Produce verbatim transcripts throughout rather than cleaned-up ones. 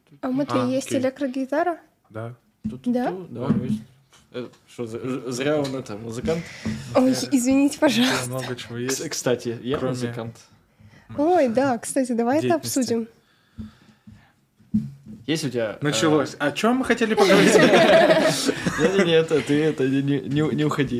А у Матвея А, есть окей. электрогитара? Да. Да? Да, есть. Э, Что, за- зря он это, музыкант? Ой, извините, У пожалуйста. тебя много чего Кс- есть. Кстати, я Кроме- музыкант. Ой, да, кстати, давай это Деятельности. обсудим. Есть у тебя... э, Началось. О чем мы хотели поговорить? Не-не-не, это ты это не, не, не уходи.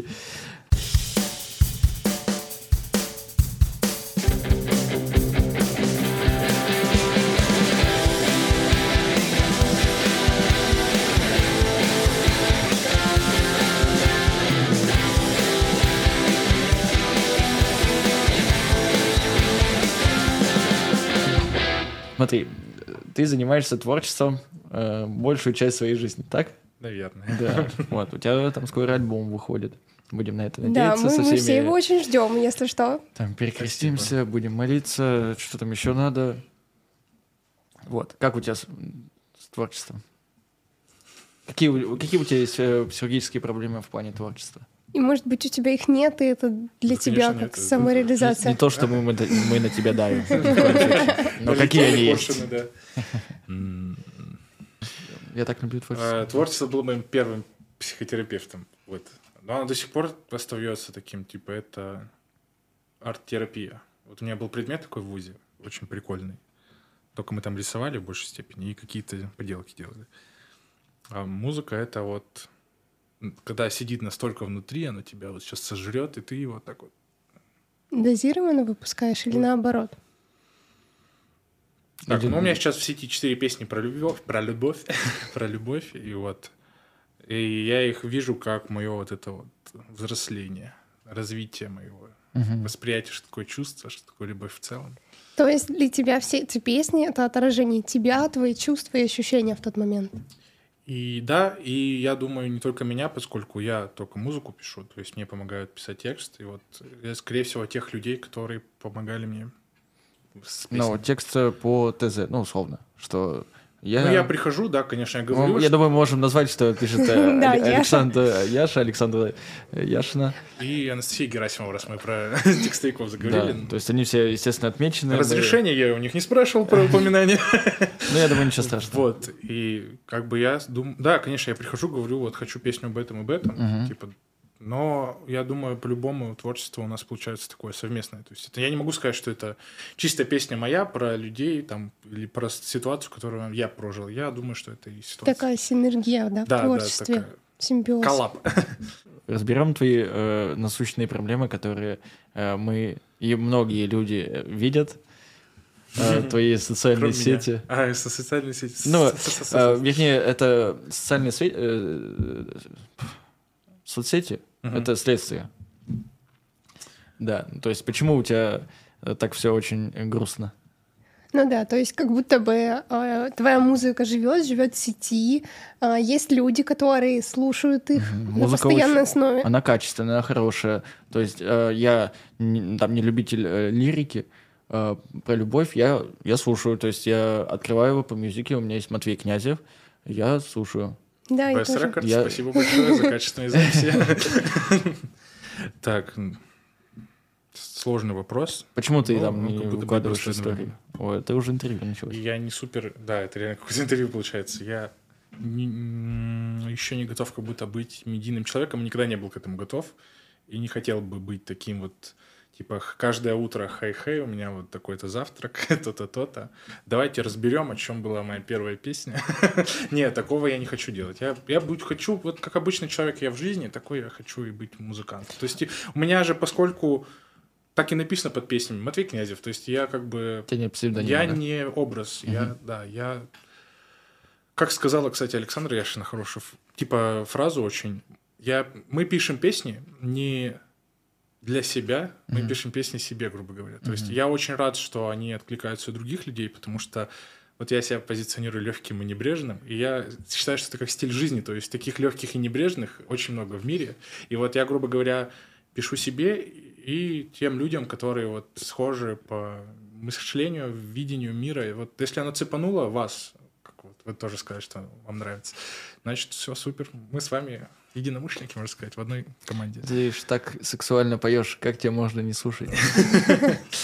Смотри, ты занимаешься творчеством э, большую часть своей жизни, так? Наверное. Да. Вот, у тебя там скоро альбом выходит. Будем на это Да, надеяться мы, со мы всеми. все его очень ждем, если что. Там перекрестимся, будем молиться, что там еще надо. Вот, как у тебя с, с творчеством? Какие, у- какие у тебя есть э, психологические проблемы в плане творчества? И, может быть, у тебя их нет, и это для Да, тебя конечно, как нет. самореализация. Не то, что мы, мы, мы на тебя давим. ни в коем случае. Но какие они есть? Поршины, да. М, Я так люблю творчество. а, Творчество было моим первым психотерапевтом. Вот. Но оно до сих пор остается таким, типа, это арт-терапия. Вот у меня был предмет такой в вузе, очень прикольный. Только мы там рисовали в большей степени и какие-то поделки делали. А музыка — это вот... Когда сидит настолько внутри, оно тебя вот сейчас сожрет, и ты вот так вот... Дозированно выпускаешь или наоборот? Так, Один- ну, у меня сейчас в сети четыре песни про любовь, про любовь, про любовь, и вот... И я их вижу как мое вот это вот взросление, развитие моего Мгм. восприятия, что такое чувство, что такое любовь в целом. То есть для тебя все эти песни — это отражение тебя, твои чувства и ощущения в тот момент? И да, и я думаю, не только меня, поскольку я только музыку пишу, то есть мне помогают писать текст, и вот я, скорее всего, тех людей, которые помогали мне с песней. Ну, текст э, по ТЗ, ну, условно, что я... Ну, я прихожу, да, конечно, я Ну, говорю, я что- думаю, мы можем назвать, что пишет э, Да, Али- Яша. Александр Яша, Александра Яшина. и Анастасия Герасимова, раз мы про текстовиков Да, заговорили. то есть они все, естественно, отмечены. Разрешение я у них не спрашивал про упоминание. Ну, я думаю, ничего страшного. Вот, и как бы я думаю... Да, конечно, я прихожу, говорю, вот, хочу песню об этом, об этом, Мгм. типа... Но я думаю, по-любому творчество у нас получается такое совместное. То есть это, я не могу сказать, что это чистая песня моя про людей там, или про ситуацию, которую я прожил. Я думаю, что это и ситуация. Такая синергия, да, в Да, да, творчестве, такая симбиоз. коллаб. Разберем твои э, насущные проблемы, которые э, мы и многие люди э, видят. Э, твои социальные Кроме меня. сети. А, со- социальные сети. Ну, С- с- э, с- вернее, это социальные све- э, соцсети, Мгм. это следствие. Да, то есть почему у тебя э, так все очень грустно? Ну да, то есть как будто бы э, твоя музыка живет, живет в сети, э, есть люди, которые слушают их Мгм. на Музыка постоянной очень- основе. Она качественная, она хорошая. То есть э, я не- там не любитель э, лирики, э, про любовь я, я слушаю. То есть я открываю его по музыке, у меня есть Матвей Князев, я слушаю. Да, и Best тоже. Records, Я- спасибо большое за качественные записи. Так, м, сложный вопрос. Почему ты Ну, там ну, не как будто бы выкладываешь просто истории? Ой, это уже интервью началось. Я не супер... Да, это реально какое-то интервью получается. Я еще не готов как будто быть медийным человеком, никогда не был к этому готов. И не хотел бы быть таким вот, типа, х- каждое утро хай-хай, у меня вот такой-то завтрак, то-то, то-то. Давайте разберем, о чем была моя первая песня. Нет, такого я не хочу делать. Я, я будь, хочу, вот как обычный человек я в жизни, такой я хочу и быть музыкантом. То есть и у меня же, поскольку так и написано под песнями Матвей Князев, то есть я как бы... У тебя нет псевдонима, Я да? не образ, я, да, я... Как сказала, кстати, Александра Яшина хорошую, ф- типа, фразу очень... Я... Мы пишем песни не для себя, мы Мгм. пишем песни себе, грубо говоря. То есть Мгм. я очень рад, что они откликаются у других людей, потому что вот я себя позиционирую легким и небрежным, и я считаю, что это как стиль жизни, то есть таких легких и небрежных очень много в мире. И вот я, грубо говоря, пишу себе и тем людям, которые вот схожи по мышлению, видению мира. И вот если оно цепануло вас, как вот вы тоже сказали, что вам нравится, значит, все супер. Мы с вами единомышленники, можно сказать, в одной команде. Ты ж так сексуально поешь, как тебя можно не слушать?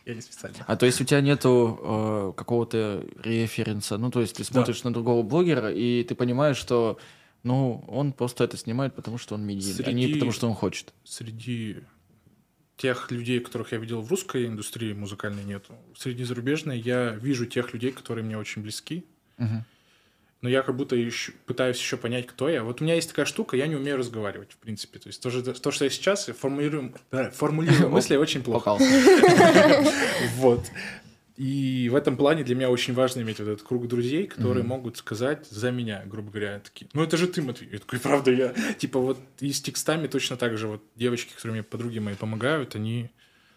Я не специально. А то есть у тебя нету э, какого-то референса, ну то есть ты смотришь да. на другого блогера, и ты понимаешь, что ну он просто это снимает, потому что он медийный, среди, а не потому что он хочет. Среди тех людей, которых я видел в русской индустрии музыкальной, нету. Среди зарубежной я вижу тех людей, которые мне очень близки. Угу. Но я как будто еще, пытаюсь еще понять, кто я. Вот у меня есть такая штука, я не умею разговаривать, в принципе. То есть то, же, то что я сейчас формулирую, да, формулирую мысли очень плохо. Вот. И в этом плане для меня очень важно иметь вот этот круг друзей, которые могут сказать за меня, грубо говоря, такие, ну это же ты, Матвей. Я такой, правда, я. Типа вот и с текстами точно так же. Вот девочки, которые мне, подруги мои помогают, они...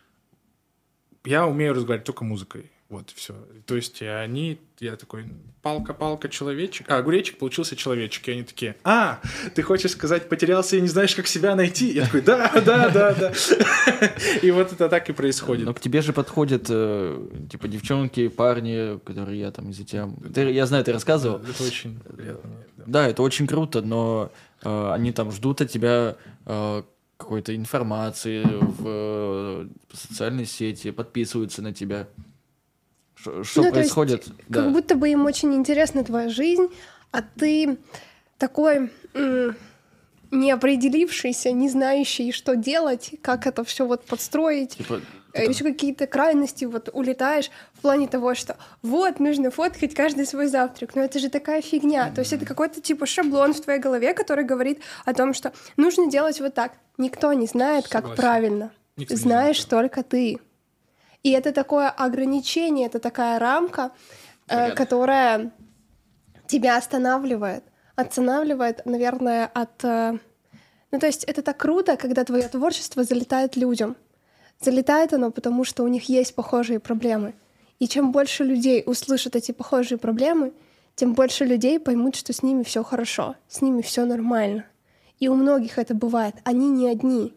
Я умею разговаривать только музыкой. Вот, все. То есть они, я такой, палка-палка, человечек. А, огуречек получился человечек. И они такие, а, ты хочешь сказать, потерялся и не знаешь, как себя найти? Я такой, да, да, да, да. И вот это так и происходит. Но к тебе же подходят, типа, девчонки, парни, которые я там из-за тебя... Я знаю, ты рассказывал. Это очень приятно. Да, это очень круто, но они там ждут от тебя... какой-то информации в социальной сети, подписываются на тебя. Что ну, происходит? То есть, да. Как будто бы им очень интересна твоя жизнь, а ты такой м- неопределившийся, не знающий, что делать, как это все вот подстроить. Типа, еще какие-то крайности, вот улетаешь в плане того, что вот, нужно фоткать каждый свой завтрак. Но это же такая фигня. Mm-hmm. То есть это какой-то типа шаблон в твоей голове, который говорит о том, что нужно делать вот так. Никто не знает, Согласен. Как правильно. Никто Знаешь знает, только ты. И это такое ограничение, это такая рамка, э, которая тебя останавливает. Останавливает, наверное, от... Э... Ну, то есть это так круто, когда твое творчество залетает людям. Залетает оно, потому что у них есть похожие проблемы. И чем больше людей услышат эти похожие проблемы, тем больше людей поймут, что с ними все хорошо, с ними все нормально. И у многих это бывает. Они не одни.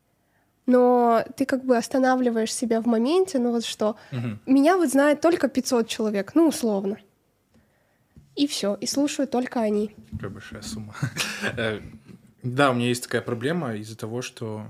Но ты как бы останавливаешь себя в моменте, ну вот что, угу. меня вот знает только пятьсот человек, ну условно. И все, и слушают только они. Какая большая сумма. Да, у меня есть такая проблема из-за того, что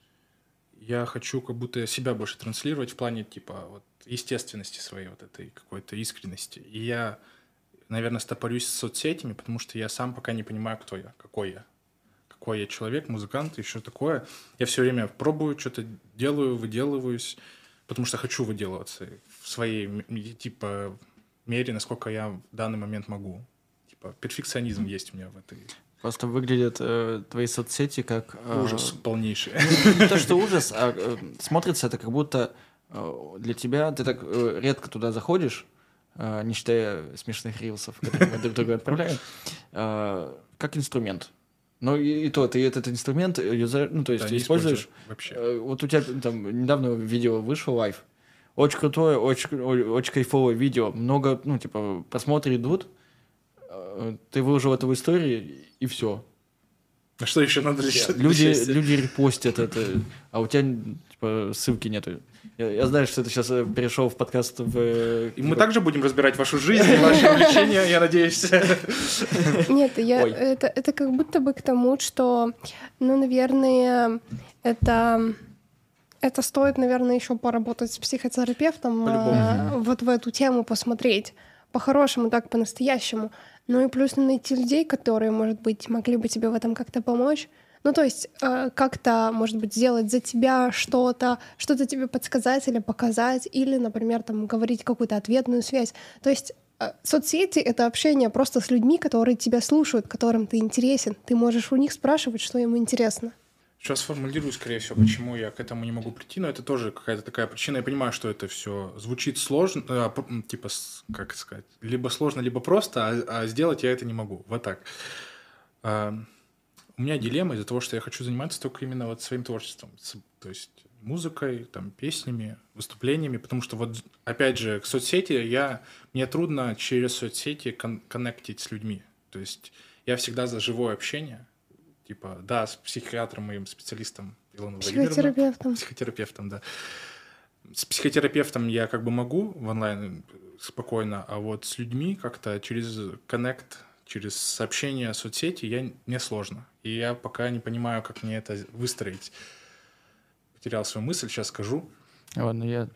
я хочу как будто себя больше транслировать в плане типа вот естественности своей, вот этой какой-то искренности. И я, наверное, стопорюсь с соцсетями, потому что я сам пока не понимаю, кто я, какой я. Какой я человек, музыкант, еще такое. Я все время пробую, что-то делаю, выделываюсь, потому что хочу выделываться в своей, типа, мере, насколько я в данный момент могу. Типа, перфекционизм есть у меня в этой... Просто выглядят э, твои соцсети как... Э, ужас полнейший. Не то, что ужас, а э, смотрится это как будто э, для тебя... Ты так э, редко туда заходишь, э, не считая смешных рилсов, которые мы друг другу отправляем, э, как инструмент. Ну и, и то, ты этот инструмент юзер, ну, то есть да, не используешь. Вообще. Э, вот у тебя там недавно видео вышло лайв. Очень крутое, очень, очень кайфовое видео. Много, ну, типа, просмотры идут. Э, ты выложил это в истории, и все. А что еще надо лишь? Люди, люди репостят это, а у тебя типа ссылки нету. Я, я знаю, что ты сейчас перешел в подкаст в... И мы также будем разбирать вашу жизнь и ваши увлечения, я надеюсь. Нет, я, это, это как будто бы к тому, что, ну, наверное, это, это стоит, наверное, еще поработать с психотерапевтом, а, вот в эту тему посмотреть. По-хорошему, так, по-настоящему. Ну и плюс найти людей, которые, может быть, могли бы тебе в этом как-то помочь. Ну, то есть э, как-то, может быть, сделать за тебя что-то, что-то тебе подсказать или показать, или, например, там, говорить какую-то ответную связь. То есть э, соцсети — это общение просто с людьми, которые тебя слушают, которым ты интересен. Ты можешь у них спрашивать, что им интересно. Сейчас сформулирую, скорее всего, почему я к этому не могу прийти, но это тоже какая-то такая причина. Я понимаю, что это все звучит сложно, а, типа, как сказать, либо сложно, либо просто, а, а сделать я это не могу. Вот так. А, у меня дилемма из-за того, что я хочу заниматься только именно вот своим творчеством, то есть музыкой, там, песнями, выступлениями, потому что вот, опять же, к соцсети я, мне трудно через соцсети кон- коннектить с людьми. То есть я всегда за живое общение. Типа, да, с психиатром, моим специалистом Илоной Владимировной. Психотерапевтом. Психотерапевтом, да. С психотерапевтом я как бы могу в онлайн спокойно, а вот с людьми как-то через коннект, через сообщения, соцсети я, мне сложно. И я пока не понимаю, как мне это выстроить. Потерял свою мысль, сейчас скажу. Ладно, я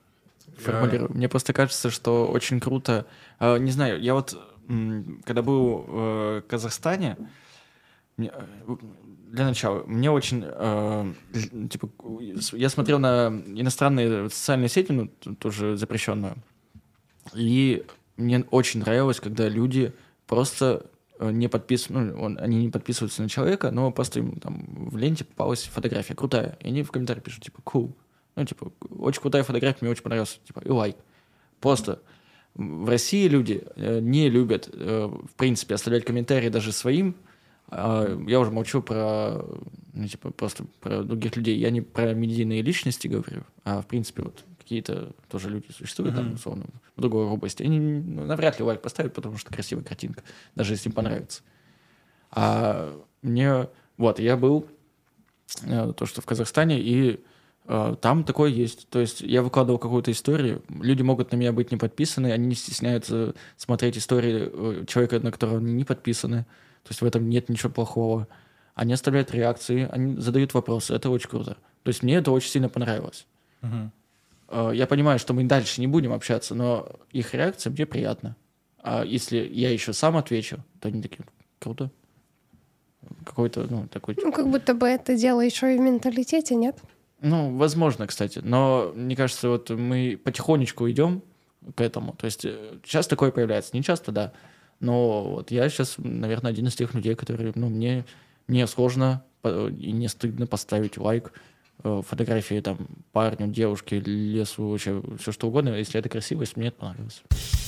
формулирую. Я... Мне просто кажется, что очень круто. Э, не знаю, я вот, м, когда был в Казахстане, мне, для начала, мне очень, э, типа, я смотрел на иностранные социальные сети, ну, тоже запрещенную, и мне очень нравилось, когда люди просто не подписываются, ну, он, они не подписываются на человека, но просто им там в ленте попалась фотография крутая, и они в комментариях пишут, типа, cool, ну, типа, очень крутая фотография, мне очень понравилась, типа, и лайк. Просто в России люди не любят, в принципе, оставлять комментарии даже своим. Я уже молчу про, ну, типа, просто про других людей. Я не про медийные личности говорю, а, в принципе, вот какие-то тоже люди существуют, mm-hmm. там, условно, в другой области. Они, ну, навряд ли лайк поставят, потому что красивая картинка, даже если им понравится. А мне... Вот, я был, то, что в Казахстане, и э, там такое есть. То есть я выкладывал какую-то историю, люди могут на меня быть не подписаны, они не стесняются смотреть истории человека, на которого они не подписаны. То есть в этом нет ничего плохого. Они оставляют реакции, они задают вопросы. Это очень круто. То есть мне это очень сильно понравилось. Uh-huh. Я понимаю, что мы дальше не будем общаться, но их реакция мне приятна. А если я еще сам отвечу, то они такие, круто. Какой-то, ну, такой... Ну, как будто бы это дело еще и в менталитете, нет? Ну, возможно, кстати. Но мне кажется, вот мы потихонечку идем к этому. То есть сейчас такое появляется. Не часто, да. Но вот я сейчас, наверное, один из тех людей, которые, ну, мне не сложно и не стыдно поставить лайк фотографии там парню, девушке, лесу, вообще все что угодно, если это красиво, если мне это понравилось.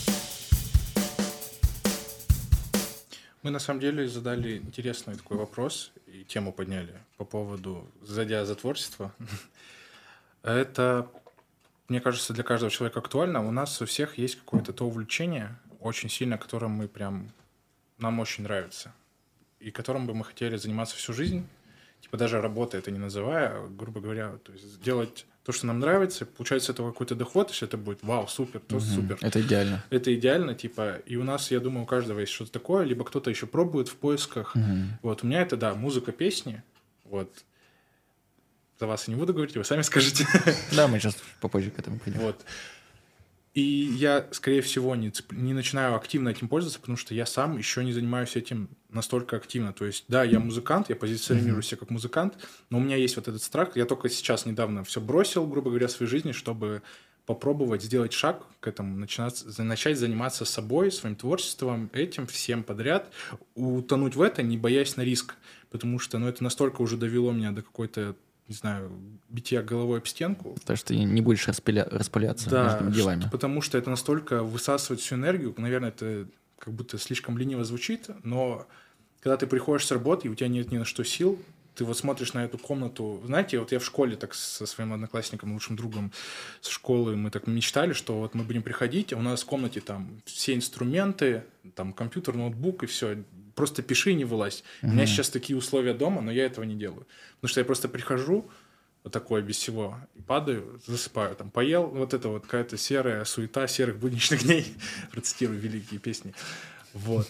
Мы на самом деле задали интересный такой вопрос и тему подняли по поводу, зайдя за творчество. Это, мне кажется, для каждого человека актуально. У нас у всех есть какое-то то увлечение, очень сильно, которым мы прям, нам очень нравится, и которым бы мы хотели заниматься всю жизнь, типа даже работа это не называя, грубо говоря, то есть сделать то, что нам нравится, получается это какой-то доход, если это будет вау, супер, то угу, супер. Это идеально. Это идеально, типа, и у нас, я думаю, у каждого есть что-то такое, либо кто-то еще пробует в поисках. Угу. Вот, у меня это, да, музыка, песни, вот. За вас я не буду говорить, вы сами скажете. Да, мы сейчас попозже к этому придем. Вот. И я, скорее всего, не, не начинаю активно этим пользоваться, потому что я сам еще не занимаюсь этим настолько активно. То есть, да, я музыкант, я позиционирую mm-hmm. себя как музыкант, но у меня есть вот этот страх. Я только сейчас недавно все бросил, грубо говоря, в своей жизни, чтобы попробовать сделать шаг к этому, начинать, начать заниматься собой, своим творчеством, этим всем подряд, утонуть в это, не боясь на риск. Потому что, ну, это настолько уже довело меня до какой-то, не знаю, битья головой об стенку. Потому что ты не будешь распыля... распыляться да, между делами. Что, потому что это настолько высасывает всю энергию. Наверное, это как будто слишком лениво звучит, но когда ты приходишь с работы, и у тебя нет ни на что сил, ты вот смотришь на эту комнату. Знаете, вот я в школе так со своим одноклассником, лучшим другом с школы, мы так мечтали, что вот мы будем приходить, а у нас в комнате там все инструменты, там компьютер, ноутбук и все. Просто пиши и не вылазь. Mm-hmm. У меня сейчас такие условия дома, но я этого не делаю. Потому что я просто прихожу, вот такое, без всего, и падаю, засыпаю. Там поел, вот это вот какая-то серая суета серых будничных дней. Процитирую великие песни. Вот.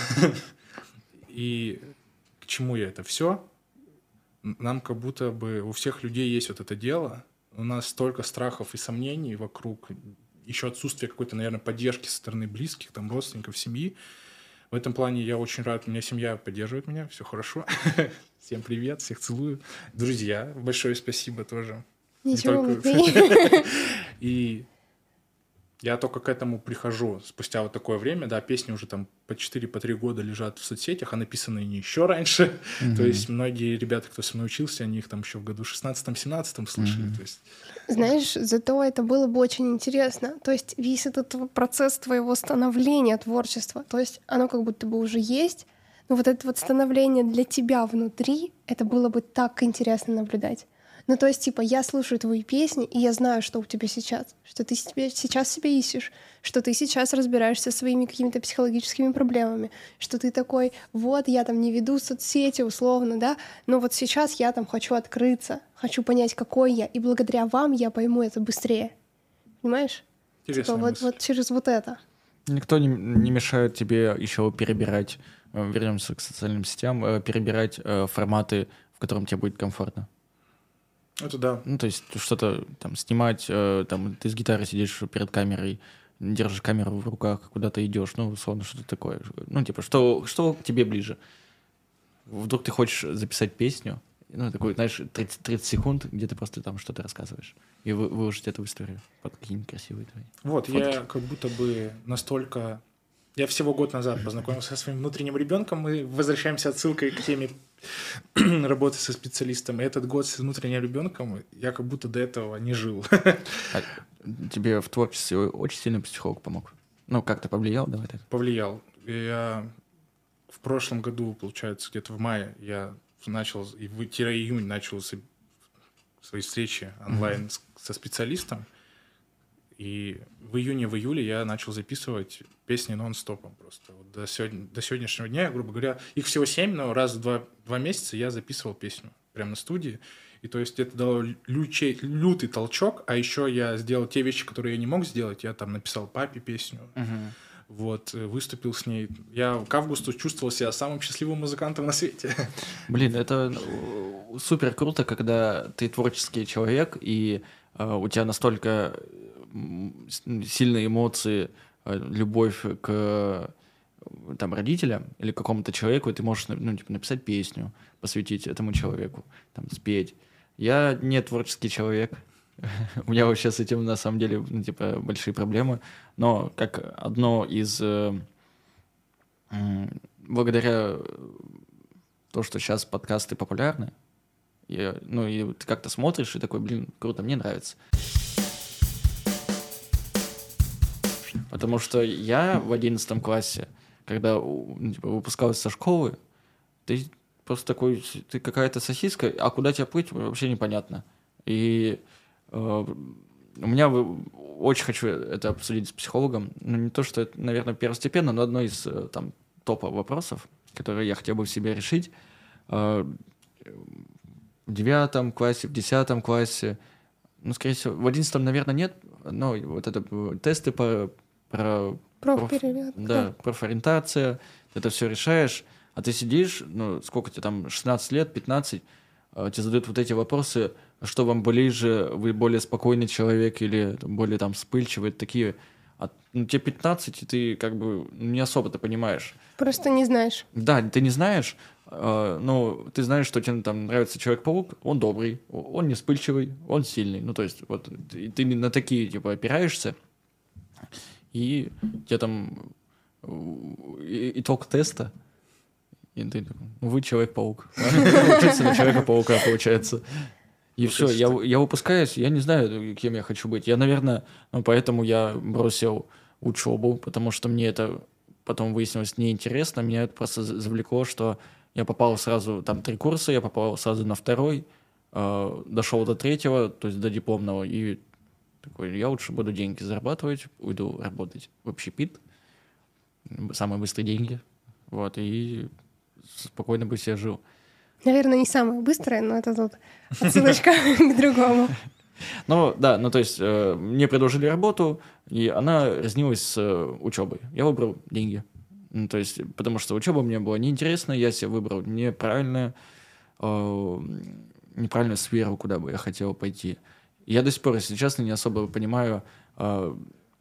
И к чему я это все? Нам как будто бы у всех людей есть вот это дело. У нас столько страхов и сомнений вокруг. Еще отсутствие какой-то, наверное, поддержки со стороны близких, там, родственников, семьи. В этом плане я очень рад. У меня семья поддерживает меня, все хорошо. Всем привет, всех целую. Друзья, большое спасибо тоже. Ничего не только... И я только к этому прихожу спустя вот такое время. Да, песни уже там по четыре, по три года лежат в соцсетях, а написаны они еще раньше. Mm-hmm. То есть многие ребята, кто со мной учился, они их там еще в году шестнадцатом-семнадцатом слышали. Mm-hmm. То есть... Знаешь, зато это было бы очень интересно. То есть весь этот процесс твоего становления творчества, то есть оно как будто бы уже есть, но вот это вот становление для тебя внутри, это было бы так интересно наблюдать. Ну, то есть, типа, я слушаю твои песни, и я знаю, что у тебя сейчас, что ты себе, сейчас себя ищешь, что ты сейчас разбираешься со своими какими-то психологическими проблемами, что ты такой, вот, я там не веду соцсети, условно, да, но вот сейчас я там хочу открыться, хочу понять, какой я, и благодаря вам я пойму это быстрее. Понимаешь? Типа, вот, вот через вот это. Никто не, не мешает тебе еще перебирать, вернемся к социальным сетям, перебирать форматы, в котором тебе будет комфортно. Это да. Ну, то есть что-то там снимать, э, там ты с гитарой сидишь перед камерой, держишь камеру в руках, куда-то идешь, ну, условно, что-то такое. Ну, типа, что, что к тебе ближе? Вдруг ты хочешь записать песню, ну, такой, знаешь, тридцать, тридцать секунд, где ты просто там что-то рассказываешь, и вы, выложить эту историю под какие-нибудь красивые твои Вот, фотки. я как будто бы настолько... Я всего год назад познакомился со своим внутренним ребенком, мы возвращаемся отсылкой к теме работы со специалистом. И этот год с внутренним ребенком я как будто до этого не жил. А тебе в творчестве очень сильно психолог помог? Ну, как-то повлиял, давай так? Повлиял. Я в прошлом году, получается, где-то в мае, я начал, и в июнь начал свои встречи онлайн mm-hmm. со специалистом. И в июне, в июле я начал записывать песни нон-стопом просто. Вот до, сегодня, до сегодняшнего дня, грубо говоря, их всего семь, но раз в два, два месяца я записывал песню прямо на студии. И то есть это дало лючей, лютый толчок, а еще я сделал те вещи, которые я не мог сделать. Я там написал папе песню, uh-huh. вот, выступил с ней. Я к августу чувствовал себя самым счастливым музыкантом на свете. Блин, это супер круто, когда ты творческий человек, и э, у тебя настолько сильные эмоции, любовь к там, родителям или какому-то человеку, и ты можешь, ну, типа, написать песню, посвятить этому человеку, там, спеть. Я не творческий человек. У меня вообще с этим, на самом деле, ну, типа, большие проблемы. Но как одно из... Э, э, благодаря тому, что сейчас подкасты популярны, и, ну, и ты как-то смотришь и такой, блин, круто, мне нравится. Потому что я в одиннадцатом классе, когда, ну, типа, выпускался со школы, ты просто такой, ты какая-то сосиска, а куда тебя плыть, вообще непонятно. И э, у меня, очень хочу это обсудить с психологом, ну, не то, что это, наверное, первостепенно, но одно из там топа вопросов, которые я хотел бы в себе решить. Э, в девятом классе, в десятом классе, ну, скорее всего, в одиннадцатом, наверное, нет, но вот это тесты по... Про профпериод. Проф, да, профориентация, ты это все решаешь, а ты сидишь, ну, сколько тебе там, шестнадцать лет, пятнадцать, тебе задают вот эти вопросы, что вам ближе, вы более спокойный человек или более там вспыльчивый, такие, а, ну, тебе пятнадцать, и ты как бы не особо-то понимаешь. Просто не знаешь. Да, ты не знаешь, э, но ты знаешь, что тебе там нравится Человек-паук, он добрый, он не вспыльчивый, он сильный, ну, то есть вот ты, ты на такие, типа, опираешься, и тебе там итог теста, и ты ну, вы Человек-паук. Учиться на Человека-паука, получается. И все, я, я выпускаюсь, я не знаю, кем я хочу быть. Я, наверное, ну, поэтому я бросил учебу, потому что мне это потом выяснилось неинтересно. Меня это просто завлекло, что я попал сразу, там три курса, я попал сразу на второй, э, дошел до третьего, то есть до дипломного, и такой, я лучше буду деньги зарабатывать, уйду работать в общепит, самые быстрые деньги, вот, и спокойно бы себе жил. Наверное, не самое быстрое, но это тут отсылочка к другому. Ну, да, ну, то есть э, мне предложили работу, и она разнилась с э, учебой. Я выбрал деньги. Ну, то есть, потому что учеба мне была неинтересна, я себе выбрал неправильную, э, неправильную сферу, куда бы я хотел пойти. Я до сих пор, если честно, не особо понимаю, э,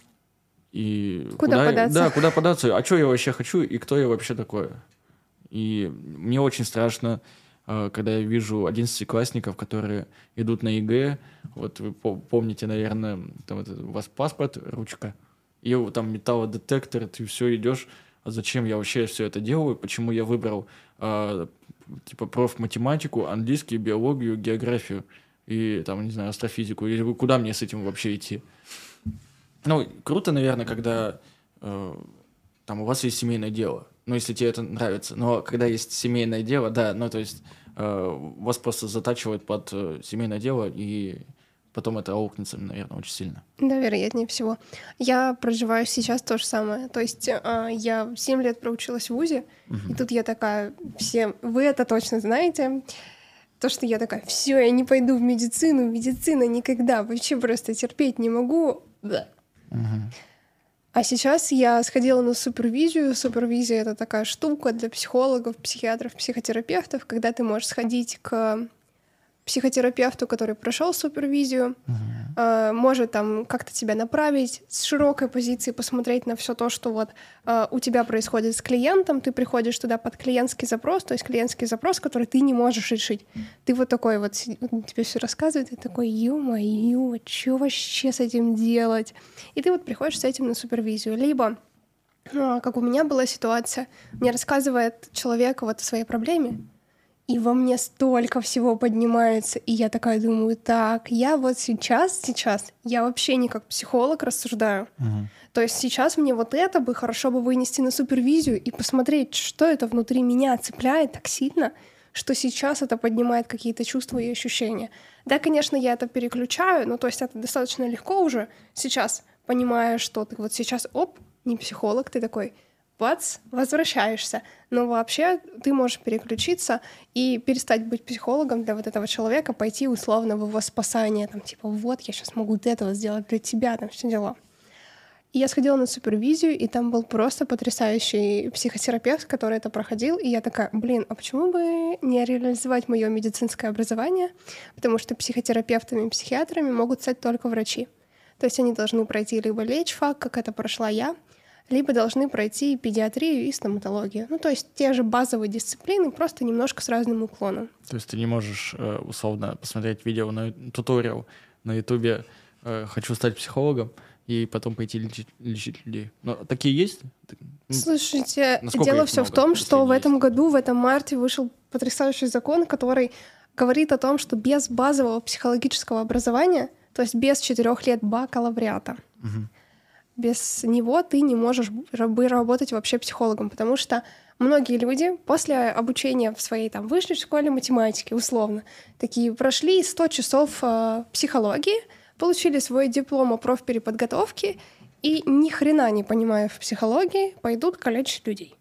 и куда, куда податься. Да, куда податься, а что я вообще хочу, и кто я вообще такой. И мне очень страшно, э, когда я вижу одиннадцатиклассников, которые идут на ЕГЭ, вот вы помните, наверное, там вот, у вас паспорт, ручка, и там металлодетектор, ты все идешь, а зачем я вообще все это делаю, почему я выбрал э, типа профматематику, английский, биологию, географию, и там, не знаю, астрофизику, или куда мне с этим вообще идти? Ну, круто, наверное, когда э, там у вас есть семейное дело, ну, если тебе это нравится, но когда есть семейное дело, да, ну, то есть э, вас просто затачивают под э, семейное дело, и потом это аукнется, наверное, очень сильно. Да, вероятнее всего. Я проживаю сейчас то же самое, то есть э, я семь лет проучилась в вузе, uh-huh. и тут я такая, все, вы это точно знаете, то, что я такая, все, я не пойду в медицину, медицина никогда, вообще просто терпеть не могу. Да. Uh-huh. А сейчас я сходила на супервизию. Супервизия — это такая штука для психологов, психиатров, психотерапевтов, когда ты можешь сходить к психотерапевту, который прошел супервизию, uh-huh. э, может там как-то тебя направить с широкой позиции, посмотреть на все то, что вот э, у тебя происходит с клиентом, ты приходишь туда под клиентский запрос, то есть клиентский запрос, который ты не можешь решить. Ты вот такой вот, тебе все рассказывает, и такой, ё-моё, что вообще с этим делать? И ты вот приходишь с этим на супервизию. Либо, ну, как у меня была ситуация, мне рассказывает человек вот о своей проблеме, и во мне столько всего поднимается, и я такая думаю, так, я вот сейчас, сейчас, я вообще не как психолог рассуждаю. Uh-huh. То есть сейчас мне вот это бы хорошо бы вынести на супервизию и посмотреть, что это внутри меня цепляет так сильно, что сейчас это поднимает какие-то чувства и ощущения. Да, конечно, я это переключаю, но то есть это достаточно легко уже сейчас, понимая, что ты вот сейчас, оп, не психолог, ты такой... бац, возвращаешься. Но вообще ты можешь переключиться и перестать быть психологом для вот этого человека, пойти условно в его спасание, там, типа, вот, я сейчас могу вот этого сделать для тебя, там, все дела. И я сходила на супервизию, и там был просто потрясающий психотерапевт, который это проходил, и я такая, блин, а почему бы не реализовать мое медицинское образование? Потому что психотерапевтами и психиатрами могут стать только врачи. То есть они должны пройти либо лечфак, как это прошла я, либо должны пройти педиатрию и стоматологию. Ну, то есть те же базовые дисциплины, просто немножко с разным уклоном. То есть ты не можешь, условно, посмотреть видео на туториал на Ютубе «Хочу стать психологом», и потом пойти лечить, лечить людей. Но такие есть? Слушайте, насколько дело все в том, что в этом есть? году, в этом марте вышел потрясающий закон, который говорит о том, что без базового психологического образования, то есть без четырех лет бакалавриата, угу. без него ты не можешь работать вообще психологом, потому что многие люди после обучения в своей там высшей школе математики, условно, такие прошли сто часов э, психологии, получили свой диплом о профпереподготовке и ни хрена не понимая в психологии, пойдут калечить людей.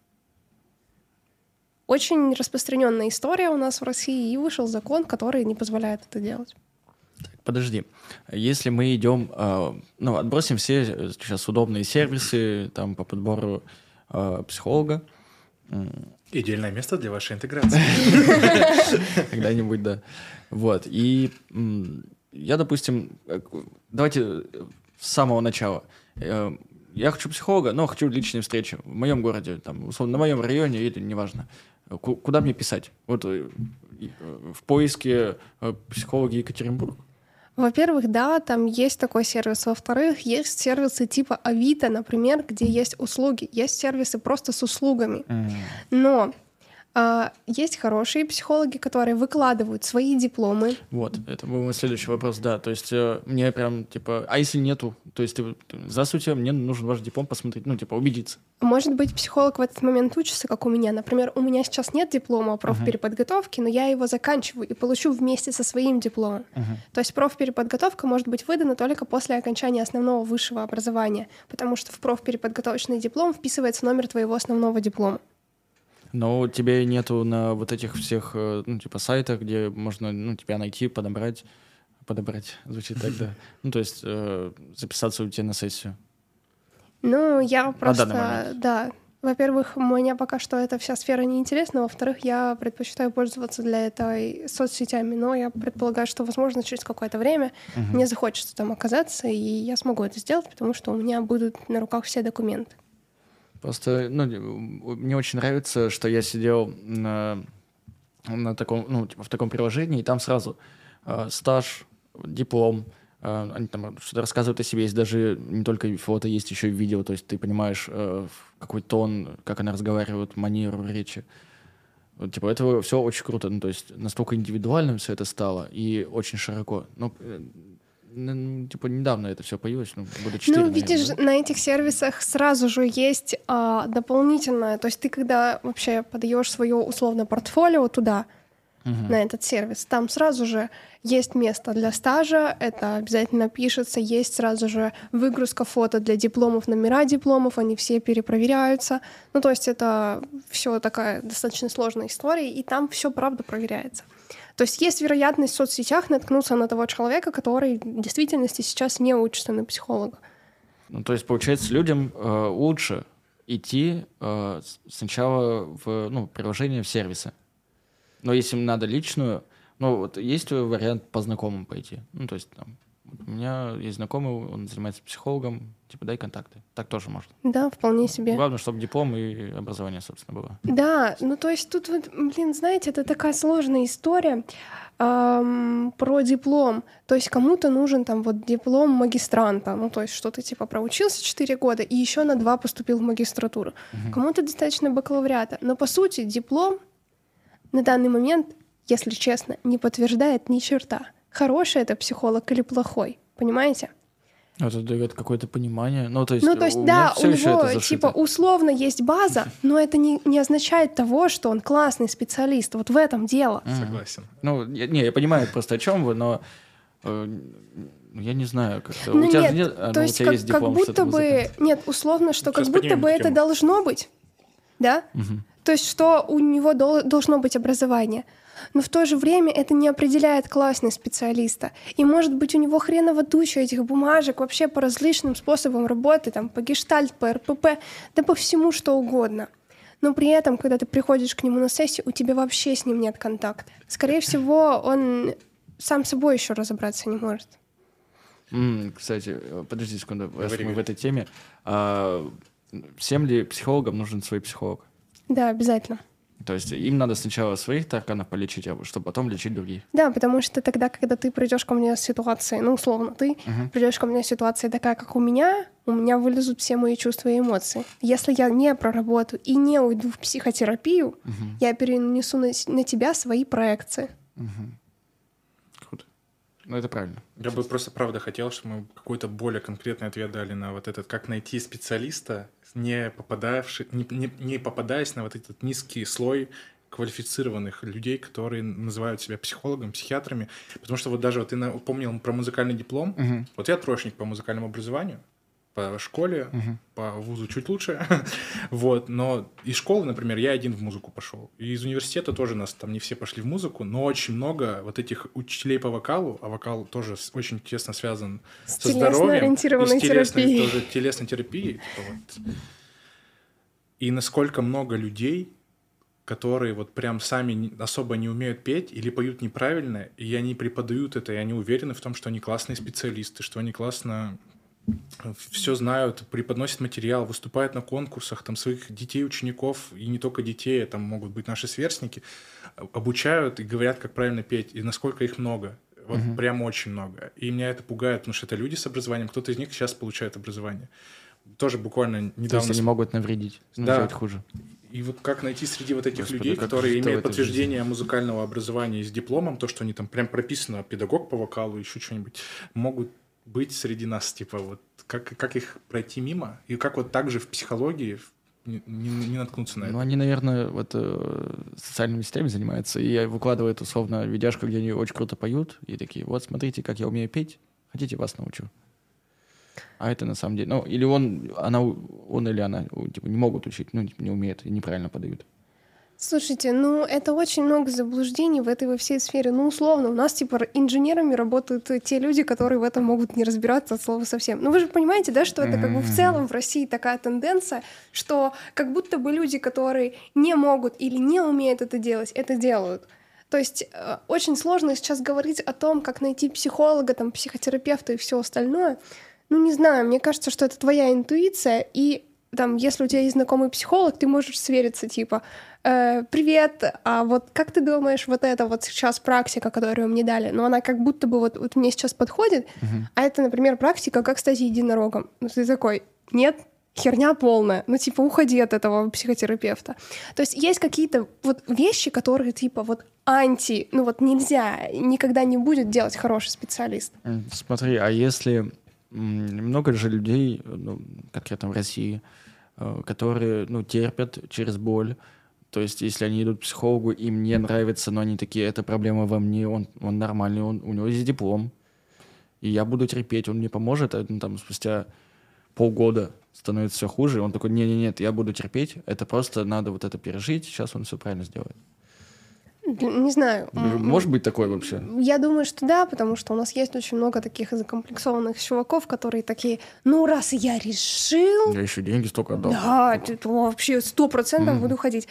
Очень распространенная история у нас в России, и вышел закон, который не позволяет это делать. Подожди, если мы идем, э, ну, отбросим все сейчас удобные сервисы там по подбору э, психолога. Идеальное место для вашей интеграции. Когда-нибудь, да. Вот, и я, допустим, давайте с самого начала. Я хочу психолога, но хочу личные встречи в моем городе, там, условно, на моем районе или неважно. Куда мне писать? Вот в поиске психологи Екатеринбург. Во-первых, да, там есть такой сервис. Во-вторых, есть сервисы типа Авито, например, где есть услуги. Есть сервисы просто с услугами. Mm. Но а, есть хорошие психологи, которые выкладывают свои дипломы. Вот, это был мой следующий вопрос, да. То есть э, мне прям, типа, а если нету? То есть, ты, здравствуйте, мне нужен ваш диплом посмотреть, ну, типа, убедиться. Может быть, психолог в этот момент учится, как у меня. Например, у меня сейчас нет диплома о профпереподготовке, uh-huh. но я его заканчиваю и получу вместе со своим дипломом. Uh-huh. То есть профпереподготовка может быть выдана только после окончания основного высшего образования, потому что в профпереподготовочный диплом вписывается номер твоего основного диплома. Но у тебя нету на вот этих всех, ну, типа, сайтах, где можно, ну, тебя найти, подобрать. Подобрать, звучит так, да. Ну, то есть э, записаться у тебя на сессию. Ну, я просто, да. Во-первых, мне пока что эта вся сфера неинтересна. Во-вторых, я предпочитаю пользоваться для этой соцсетями. Но я предполагаю, что, возможно, через какое-то время угу. мне захочется там оказаться, и я смогу это сделать, потому что у меня будут на руках все документы. Просто, ну, мне очень нравится, что я сидел на, на таком, ну, типа в таком приложении, и там сразу э, стаж, диплом, э, они там что-то рассказывают о себе, есть даже не только фото, есть еще и видео, то есть ты понимаешь, э, какой тон, как она разговаривает, манеру речи. Вот, типа, это все очень круто, ну, то есть настолько индивидуальным все это стало и очень широко. Ну, Ну, типа, недавно это все появилось, ну, года четыре, Ну, видишь, наверное, да? на этих сервисах сразу же есть а, дополнительное, то есть ты, когда вообще подаешь свое условно портфолио туда, uh-huh. на этот сервис, там сразу же есть место для стажа, это обязательно пишется, есть сразу же выгрузка фото для дипломов, номера дипломов, они все перепроверяются. Ну, то есть это все такая достаточно сложная история, и там все правда проверяется. То есть есть вероятность в соцсетях наткнуться на того человека, который в действительности сейчас не учится на психолога. Ну, то есть, получается, людям э, лучше идти э, сначала в, ну, приложение, в сервисы. Но если им надо личную Ну, вот есть вариант по знакомым пойти? Ну, то есть там, у меня есть знакомый, он занимается психологом, типа, дай контакты. Так тоже можно. Да, вполне себе. Главное, чтобы диплом и образование, собственно, было. Да, ну то есть тут вот, блин, знаете, это такая сложная история эм, про диплом. То есть кому-то нужен там вот диплом магистранта, ну то есть что ты типа проучился четыре года и еще на два поступил в магистратуру. Мгм. Кому-то достаточно бакалавриата. Но по сути диплом на данный момент, если честно, не подтверждает ни черта. Хороший это психолог или плохой, понимаете? Это дает какое-то понимание. Ну, то есть, Ну, то есть, у да, меня всё у ещё него, это зашито. типа, условно есть база, но это не, не означает того, что он классный специалист. Вот в этом дело. Мгм. Согласен. Ну, я, не, я понимаю просто, о чем вы, но э, я не знаю, как-то. Ну у тебя нет, же нет, а, то ну, у есть тебя как, есть как диплом, что ты будто бы... музыкант. Нет, условно, что Сейчас как будто поднимем бы эту это тему. должно быть, да? Мгм. То есть что у него дол- должно быть образование. Но в то же время это не определяет классность специалиста. И может быть у него хреново туча этих бумажек вообще по различным способам работы, там, по гештальт, по эр пэ пэ, да по всему что угодно. Но при этом, когда ты приходишь к нему на сессию, у тебя вообще с ним нет контакта. Скорее всего, он сам с собой еще разобраться не может. М, Кстати, э, подожди секунду, раз Говори, мы в говори. этой теме. А, всем ли психологам нужен свой психолог? Да, обязательно. То есть им надо сначала своих тараканов полечить, а чтобы потом лечить других. Да, потому что тогда, когда ты придешь ко мне с ситуацией, ну, условно, ты Мгм. придешь ко мне с ситуацией такая, как у меня, у меня вылезут все мои чувства и эмоции. Если я не проработаю и не уйду в психотерапию, Мгм. я перенесу на, с- на тебя свои проекции. Мгм. Круто. Ну, это правильно. Я бы просто правда хотел, чтобы мы какой-то более конкретный ответ дали на вот этот, как найти специалиста, не, попадавший, не, не, не попадаясь на вот этот низкий слой квалифицированных людей, которые называют себя психологами, психиатрами. Потому что вот даже вот ты упомнил про музыкальный диплом. Мгм. Вот я троечник по музыкальному образованию, по школе, Мгм. по вузу чуть лучше. Вот, но из школы, например, я один в музыку пошел. И из университета тоже нас там не все пошли в музыку, но очень много вот этих учителей по вокалу, а вокал тоже с- очень тесно связан С со здоровьем. телесно-ориентированной и с телесной терапией. тоже телесной терапией. типа вот. И насколько много людей, которые вот прям сами не- особо не умеют петь или поют неправильно, и они преподают это, и они уверены в том, что они классные специалисты, что они классно все знают, преподносят материал, выступают на конкурсах, там своих детей, учеников, и не только детей, а там могут быть наши сверстники, а- обучают и говорят, как правильно петь, и насколько их много. Вот Мгм. прям очень много. И меня это пугает, потому что это люди с образованием, кто-то из них сейчас получает образование. Тоже буквально То есть недавно... они могут навредить, ну, Да. сделать хуже. И вот как найти среди вот этих Господи, людей, как которые жить-то в имеют этой подтверждение музыкального образования с дипломом, то, что они там прям прописано, педагог по вокалу, еще что-нибудь, могут быть среди нас, типа, вот как, как их пройти мимо, и как вот так же в психологии не, не- не наткнуться на это. Ну, они, наверное, вот э, социальными сетями занимаются и выкладывают условно видяшку, где они очень круто поют, и такие, вот смотрите, как я умею петь, хотите, вас научу. А это на самом деле, ну, или он, она, он или она, у- типа, не могут учить, ну, типа, не умеют и неправильно подают. Слушайте, ну это очень много заблуждений в этой во всей сфере. Ну, условно, у нас типа р- инженерами работают те люди, которые в этом могут не разбираться от слова совсем. Ну, вы же понимаете, да, что это как бы в целом в России такая тенденция, что как будто бы люди, которые не могут или не умеют это делать, это делают. То есть э, очень сложно сейчас говорить о том, как найти психолога, там, психотерапевта и все остальное. Ну, не знаю, мне кажется, что это твоя интуиция, и там, если у тебя есть знакомый психолог, ты можешь свериться, типа, «Э, привет, а вот как ты думаешь, вот это вот сейчас практика, которую мне дали, но она как будто бы вот, вот мне сейчас подходит, Мгм. а это, например, практика, как стать единорогом. Ну, ты такой, нет, херня полная, ну, типа, уходи от этого психотерапевта. То есть есть какие-то вот вещи, которые, типа, вот анти, ну, вот нельзя, никогда не будет делать хороший специалист. М, Смотри, а если м, много же людей, ну, конкретно в России, э, которые, ну, терпят через боль. То есть, если они идут к психологу, им не нравится, но они такие, это проблема во мне, он, он нормальный, он, у него есть диплом, и я буду терпеть, он мне поможет, а, ну, там, спустя полгода становится все хуже, и он такой, не-не-нет, я буду терпеть, это просто надо вот это пережить, сейчас он все правильно сделает. Не знаю. м, Может быть такое вообще? Я думаю, что да, потому что у нас есть очень много таких закомплексованных чуваков, которые такие, ну, раз я решил, Я еще деньги столько отдал. да, ты- то вообще сто процентов Мгм. буду ходить.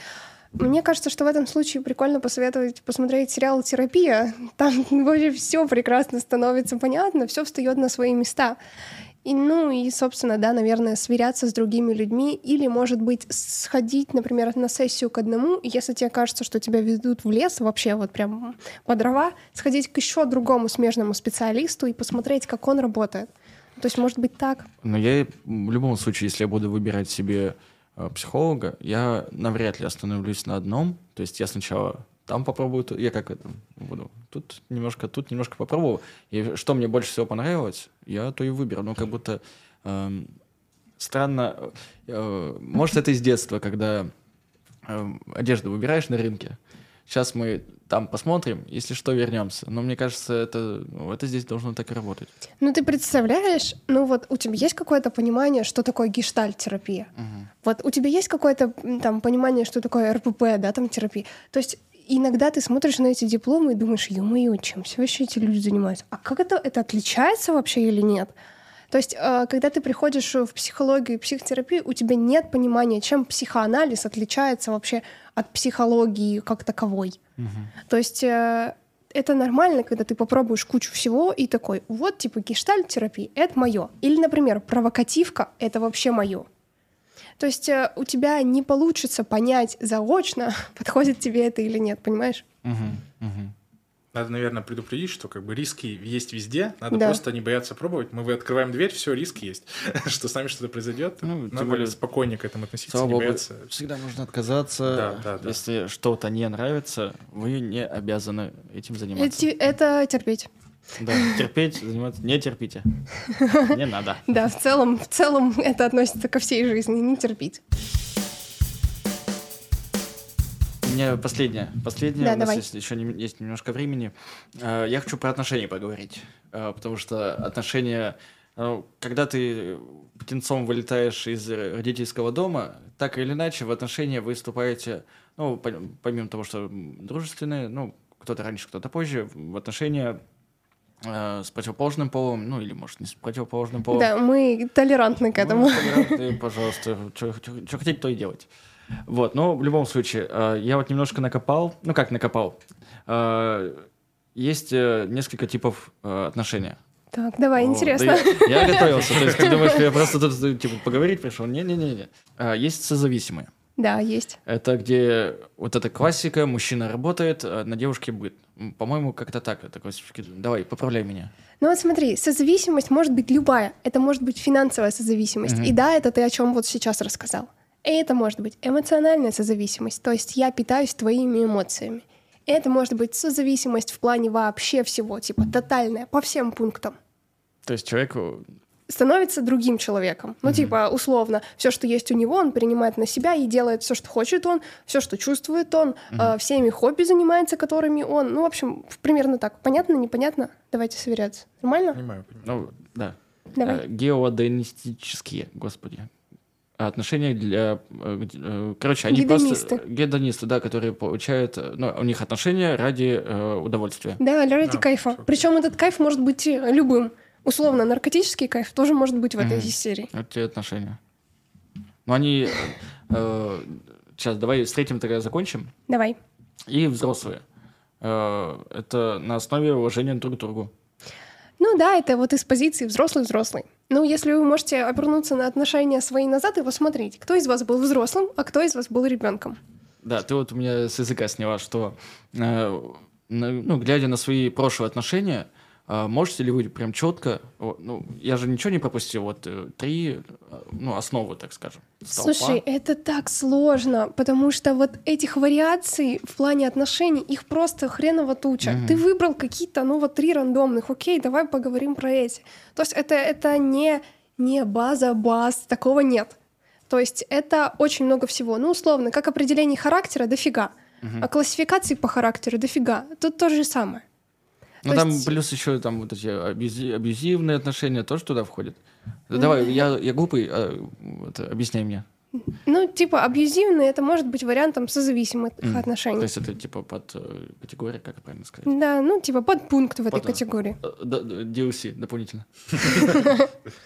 Мне кажется, что в этом случае прикольно посоветовать посмотреть сериал «Терапия». Там вообще все прекрасно становится понятно, все встает на свои места. И, ну и, собственно, да, наверное, сверяться с другими людьми или, может быть, сходить, например, на сессию к одному, если тебе кажется, что тебя ведут в лес вообще вот прям по дрова, сходить к еще другому смежному специалисту и посмотреть, как он работает. То есть, может быть, так. Но я в любом случае, если я буду выбирать себе э, психолога, я навряд ли остановлюсь на одном. То есть я сначала там попробую, тут- я как это буду, тут немножко, тут немножко попробовал. И что мне больше всего понравилось, я то и выберу. Ну, как будто эм, странно. э, может, это из детства, когда э, одежду выбираешь на рынке. Сейчас мы там посмотрим, если что, вернемся. Но мне кажется, это, ну, это здесь должно так и работать. Ну, ты представляешь, ну вот у тебя есть какое-то понимание, что такое гештальт-терапия? Мгм. Вот у тебя есть какое-то м, там понимание, что такое эр пэ пэ, да, там терапия? То есть иногда ты смотришь на эти дипломы и думаешь, ё-моё, чем все вообще эти люди занимаются? А как это, это отличается вообще или нет? То есть, э, когда ты приходишь в психологию и психотерапию, у тебя нет понимания, чем психоанализ отличается вообще от психологии как таковой. То есть э, это нормально, когда ты попробуешь кучу всего и такой, вот, типа, гештальт-терапия — это мое. Или, например, провокативка — это вообще мое. То есть э, у тебя не получится понять заочно, подходит тебе это или нет, понимаешь? Мгм, мгм. Надо, наверное, предупредить, что как бы риски есть везде, надо Да. просто не бояться пробовать. Мы вы открываем дверь, все, риск есть, что с нами что-то произойдет. Ну, тем Надо более, спокойнее к этому относиться, Слава не богу, бояться. всегда можно отказаться. Да, да, да. Если что-то не нравится, вы не обязаны этим заниматься. Эти- это терпеть. Да, терпеть, заниматься. Не терпите. Не надо. Да, в целом, в целом это относится ко всей жизни, не терпеть. У меня последнее. Последнее. Да, У нас давай. есть еще нем- есть немножко времени. Э, Я хочу про отношения поговорить. Э, Потому что отношения... э, Когда ты птенцом вылетаешь из родительского дома, так или иначе в отношения вы вступаете, ну, по- помимо того, что м, дружественные, ну, кто-то раньше, кто-то позже, в отношения э, с противоположным полом, ну, или, может, не с противоположным полом. Да, мы толерантны к этому. Ну, толерантные, пожалуйста, что хотите, то и делать. Вот, но в любом случае, э, я вот немножко накопал, ну как накопал, Э, есть э, несколько типов э, отношений. Так, давай, О, интересно. да я, я готовился, то есть ты думаешь, я просто тут типа поговорить пришел? Не-не-не. Э, Есть созависимые. Да, есть. Это где вот эта классика, мужчина работает, а на девушке быт. М, По-моему, как-то так. Это классифики- Давай, поправляй меня. Ну вот смотри, созависимость может быть любая. Это может быть финансовая созависимость. Мгм. И да, это ты о чем вот сейчас рассказал. И это может быть эмоциональная созависимость, то есть я питаюсь твоими эмоциями. И это может быть созависимость в плане вообще всего, типа тотальная, по всем пунктам. То есть человеку... Становится другим человеком. Ну, типа, условно, все, что есть у него, он принимает на себя и делает все, что хочет он, все, что чувствует он, э, всеми хобби занимается, которыми он. Ну, в общем, примерно так. Понятно, непонятно? Давайте сверяться. Нормально? Понимаю, понимаю. Ну, да. Давай. Э, Геодонистические, господи. Отношения для... э, г- э, Короче, они Гедонисты. просто... Гедонисты, да, которые получают... э, Ну, у них отношения ради э, удовольствия. Да, ради Да, кайфа. всё. Причем этот кайф может быть э, любым. Условно, наркотический кайф тоже может быть в этой Мгм. серии. Вот те отношения. Но они... Сейчас, давай с третьим тогда закончим. Давай. И взрослые. Э, Это на основе уважения друг к другу. Ну да, это вот из позиции взрослый-взрослый. Ну, если вы можете обернуться на отношения свои назад и посмотреть, кто из вас был взрослым, а кто из вас был ребенком. Да, ты вот у меня с языка сняла, что, э, на- ну, глядя на свои прошлые отношения, э, можете ли вы прям четко, ну, я же ничего не пропустил, вот э, три, э, ну, основы, так скажем. столпа. Слушай, это так сложно, потому что вот этих вариаций в плане отношений, их просто хреново туча. Мгм. Ты выбрал какие-то, ну вот три рандомных, окей, давай поговорим про эти. То есть это, это не, не база баз, такого нет. То есть это очень много всего. Ну, условно, как определение характера дофига, а классификации по характеру дофига. Тут то же самое. Ну, то там есть- плюс еще там вот эти абьюзи- абьюзивные отношения тоже туда входят. Давай, я, я глупый, а, вот, объясняй мне. Ну, типа, абьюзивный — это может быть вариантом созависимых Мгм. отношений. То есть это типа под э, категория, как правильно сказать? Да, ну, типа, подпункт в этой Под- категории. Э, да, да, ди эл си дополнительно.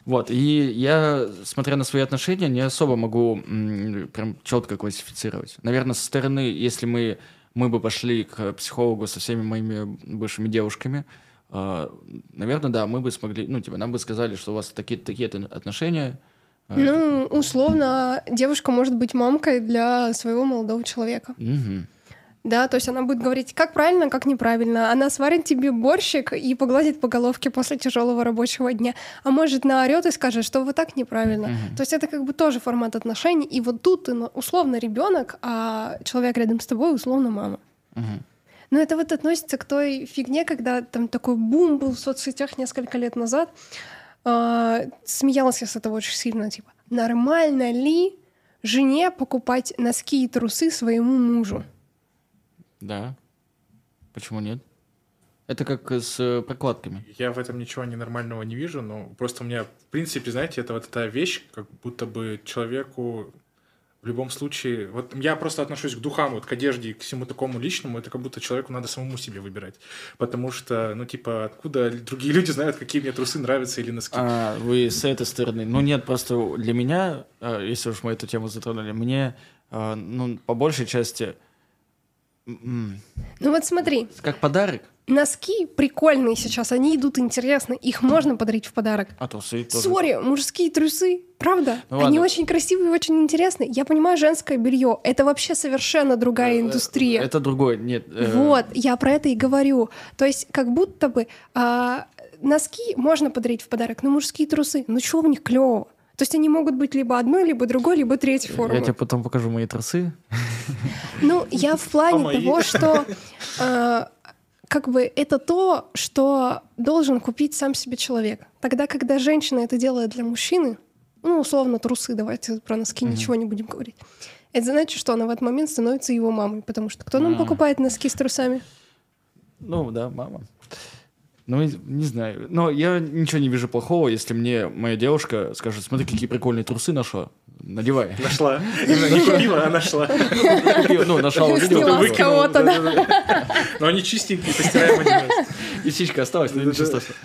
Вот, и я, смотря на свои отношения, не особо могу м, прям четко классифицировать. Наверное, со стороны, если мы, мы бы пошли к психологу со всеми моими бывшими девушками, э, наверное, да, мы бы смогли, ну, типа, нам бы сказали, что у вас такие-то такие-то отношения. э, Ну, условно, девушка может быть мамкой для своего молодого человека. Мгм. Да, то есть она будет говорить, как правильно, как неправильно. Она сварит тебе борщик и погладит по головке после тяжелого рабочего дня. А может, наорет и скажет, что вот так неправильно. Мгм. То есть это как бы тоже формат отношений. И вот тут ты ну, условно ребенок, а человек рядом с тобой условно мама. Мгм. Но это вот относится к той фигне, когда там такой бум был в соцсетях несколько лет назад. А, смеялась я с этого очень сильно. Типа, нормально ли жене покупать носки и трусы своему мужу? Да. Почему нет? Это как с э, прокладками. Я в этом ничего ненормального не вижу, но просто у меня, в принципе, знаете, это вот эта вещь, как будто бы человеку в любом случае... Вот я просто отношусь к духам, вот к одежде и к всему такому личному, это как будто человеку надо самому себе выбирать. Потому что, ну, типа, откуда другие люди знают, какие мне трусы нравятся или носки? А, вы с этой стороны. Ну нет, просто для меня, э, если уж мы эту тему затронули, мне, э, ну, по большей части, м, Ну вот смотри, как подарок, носки прикольные сейчас, они идут интересно, их можно подарить в подарок. а трусы тоже. Сори, мужские трусы, правда? Ну Они ладно. очень красивые и очень интересные. Я понимаю, женское белье это вообще совершенно другая индустрия. Это другое, нет. э, Вот, я про это и говорю. То есть как будто бы а, носки можно подарить в подарок, но мужские трусы, ну что в них клёво? То есть они могут быть либо одной, либо другой, либо третьей формы. Я тебе потом покажу мои трусы. Ну, я в плане А мои? того, что э, как бы это то, что должен купить сам себе человек. Тогда, когда женщина это делает для мужчины, ну, условно, трусы, давайте про носки ничего не будем говорить, это значит, что она в этот момент становится его мамой, потому что кто нам А. покупает носки с трусами? Ну да, мама. Ну, и- не знаю. Но я ничего не вижу плохого, если мне моя девушка скажет, смотри, какие прикольные трусы нашла. Надевай. Нашла. Именно не купила, а нашла. Купила, ну, нашла, увидела. Сняла с купила. кого-то, да. да. Но они чистенькие, постираемые. И птичка осталась, но Да-да. ничего страшного.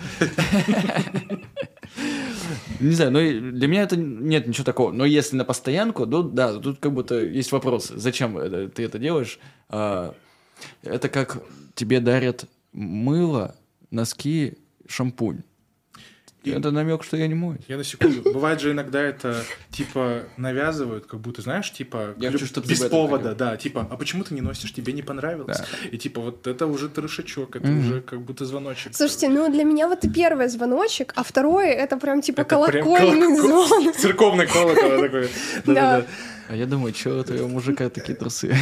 Не знаю, но и для меня это нет ничего такого. Но если на постоянку, ну да, тут как будто есть вопрос, зачем это- ты это делаешь. А, Это как тебе дарят мыло, носки, шампунь. И- Это намек, что я не моюсь. Я на секунду. Бывает же иногда это, типа, навязывают, как будто, знаешь, типа, Я хочу, чтоб ты без об этом повода, говорил. да, типа, а почему ты не носишь, тебе не понравилось? Да. И типа, вот это уже трешачок, это Мгм. уже как будто звоночек. Слушайте, ну для меня вот и первый звоночек, а второе это прям типа Это прям колокольный колокол- звон. Церковный колокол такой. Да. Да-да-да. А я думаю, что у твоего мужика такие трусы?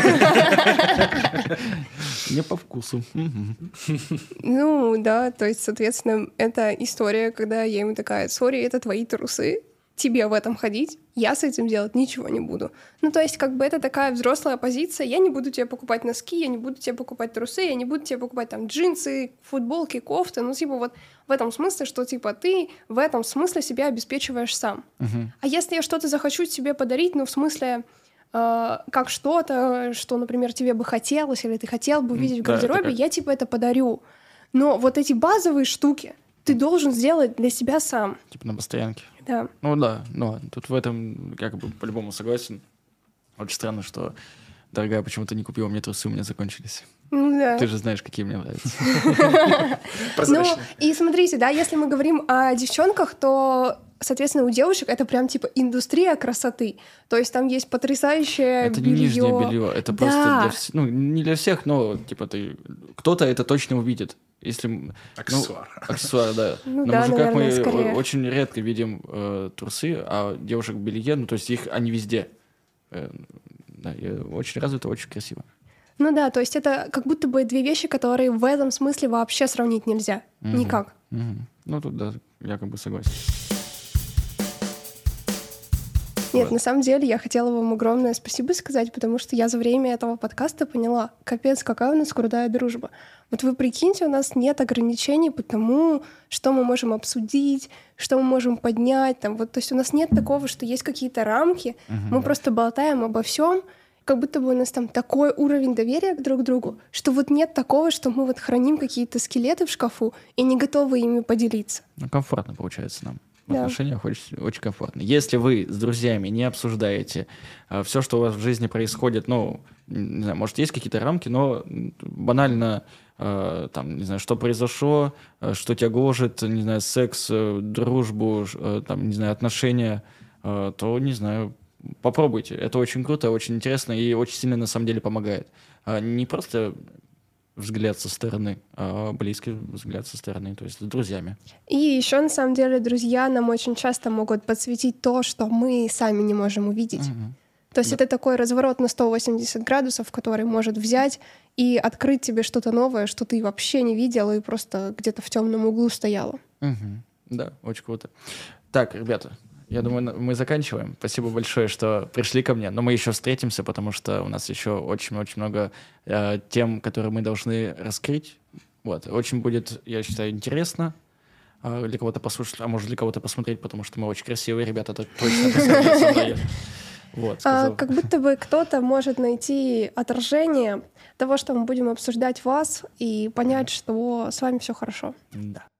Не по вкусу. Мгм. Ну да, то есть, соответственно, это история, когда я ему такая, сори, это твои трусы, тебе в этом ходить, я с этим делать ничего не буду. Ну то есть, как бы это такая взрослая позиция, я не буду тебе покупать носки, я не буду тебе покупать трусы, я не буду тебе покупать там джинсы, футболки, кофты, ну типа вот в этом смысле, что типа ты в этом смысле себя обеспечиваешь сам. Мгм. А если я что-то захочу себе подарить, ну в смысле... э, как что-то, что, например, тебе бы хотелось, или ты хотел бы увидеть в Да, это гардеробе, как- я типа это подарю. Но вот эти базовые штуки ты должен сделать для себя сам. Типа на постоянке. Да. Ну да, ну ладно, тут в этом как бы по-любому согласен. Очень странно, что, дорогая, почему ты не купила мне трусы, у меня закончились. Ну да. Ты же знаешь, какие мне нравятся. Ну, Прозрачно. и смотрите, да, если мы говорим о девчонках, то, соответственно, у девушек это прям типа индустрия красоты. То есть там есть потрясающее Это не белье. нижнее белье, это Да. просто для всех. Ну, не для всех, но типа ты. Кто-то это точно увидит. Если м, ну, Аксессуар. аксессуар, да. Ну На да, мужиках наверное, мы скорее. о- очень редко видим э, трусы, а девушек белье, ну то есть их они везде. Э, да, и очень развито, очень красиво. Ну да, то есть это как будто бы две вещи, которые в этом смысле вообще сравнить нельзя. Мгм. Никак. Мгм. Ну тут да, я как бы согласен. Нет, Вот. на самом деле я хотела вам огромное спасибо сказать, потому что я за время этого подкаста поняла, капец, какая у нас крутая дружба. Вот вы прикиньте, у нас нет ограничений по тому, что мы можем обсудить, что мы можем поднять. Там, вот, то есть у нас нет такого, что есть какие-то рамки, мы просто болтаем обо всем, как будто бы у нас там такой уровень доверия к друг другу, что вот нет такого, что мы вот храним какие-то скелеты в шкафу и не готовы ими поделиться. Ну, комфортно получается нам. В Да. отношениях очень, очень комфортно. Если вы с друзьями не обсуждаете все, что у вас в жизни происходит, ну, не знаю, может, есть какие-то рамки, но м, банально, э, там, не знаю, что произошло, э, что тебя гложет, не знаю, секс, э, дружбу, ш- э, там, не знаю, отношения, э, то, не знаю, попробуйте. Это очень круто, очень интересно и очень сильно, на самом деле, помогает. А не просто взгляд со стороны, а близкий взгляд со стороны, то есть с друзьями. И еще, на самом деле, друзья нам очень часто могут подсветить то, что мы сами не можем увидеть. Мгм. То есть Да. это такой разворот на сто восемьдесят градусов, который может взять и открыть тебе что-то новое, что ты вообще не видел и просто где-то в темном углу стояла. Мгм. Да, очень круто. Так, ребята, я думаю, на- мы заканчиваем. Спасибо большое, что пришли ко мне. Но мы еще встретимся, потому что у нас еще очень-очень много э, тем, которые мы должны раскрыть. Вот. Очень будет, я считаю, интересно э, для кого-то послушать, а может для кого-то посмотреть, потому что мы очень красивые ребята, так точно посмотрят со мной. Вот, А, сказал. как будто бы кто-то может найти отражение того, что мы будем обсуждать вас, и понять, что с вами все хорошо. Да.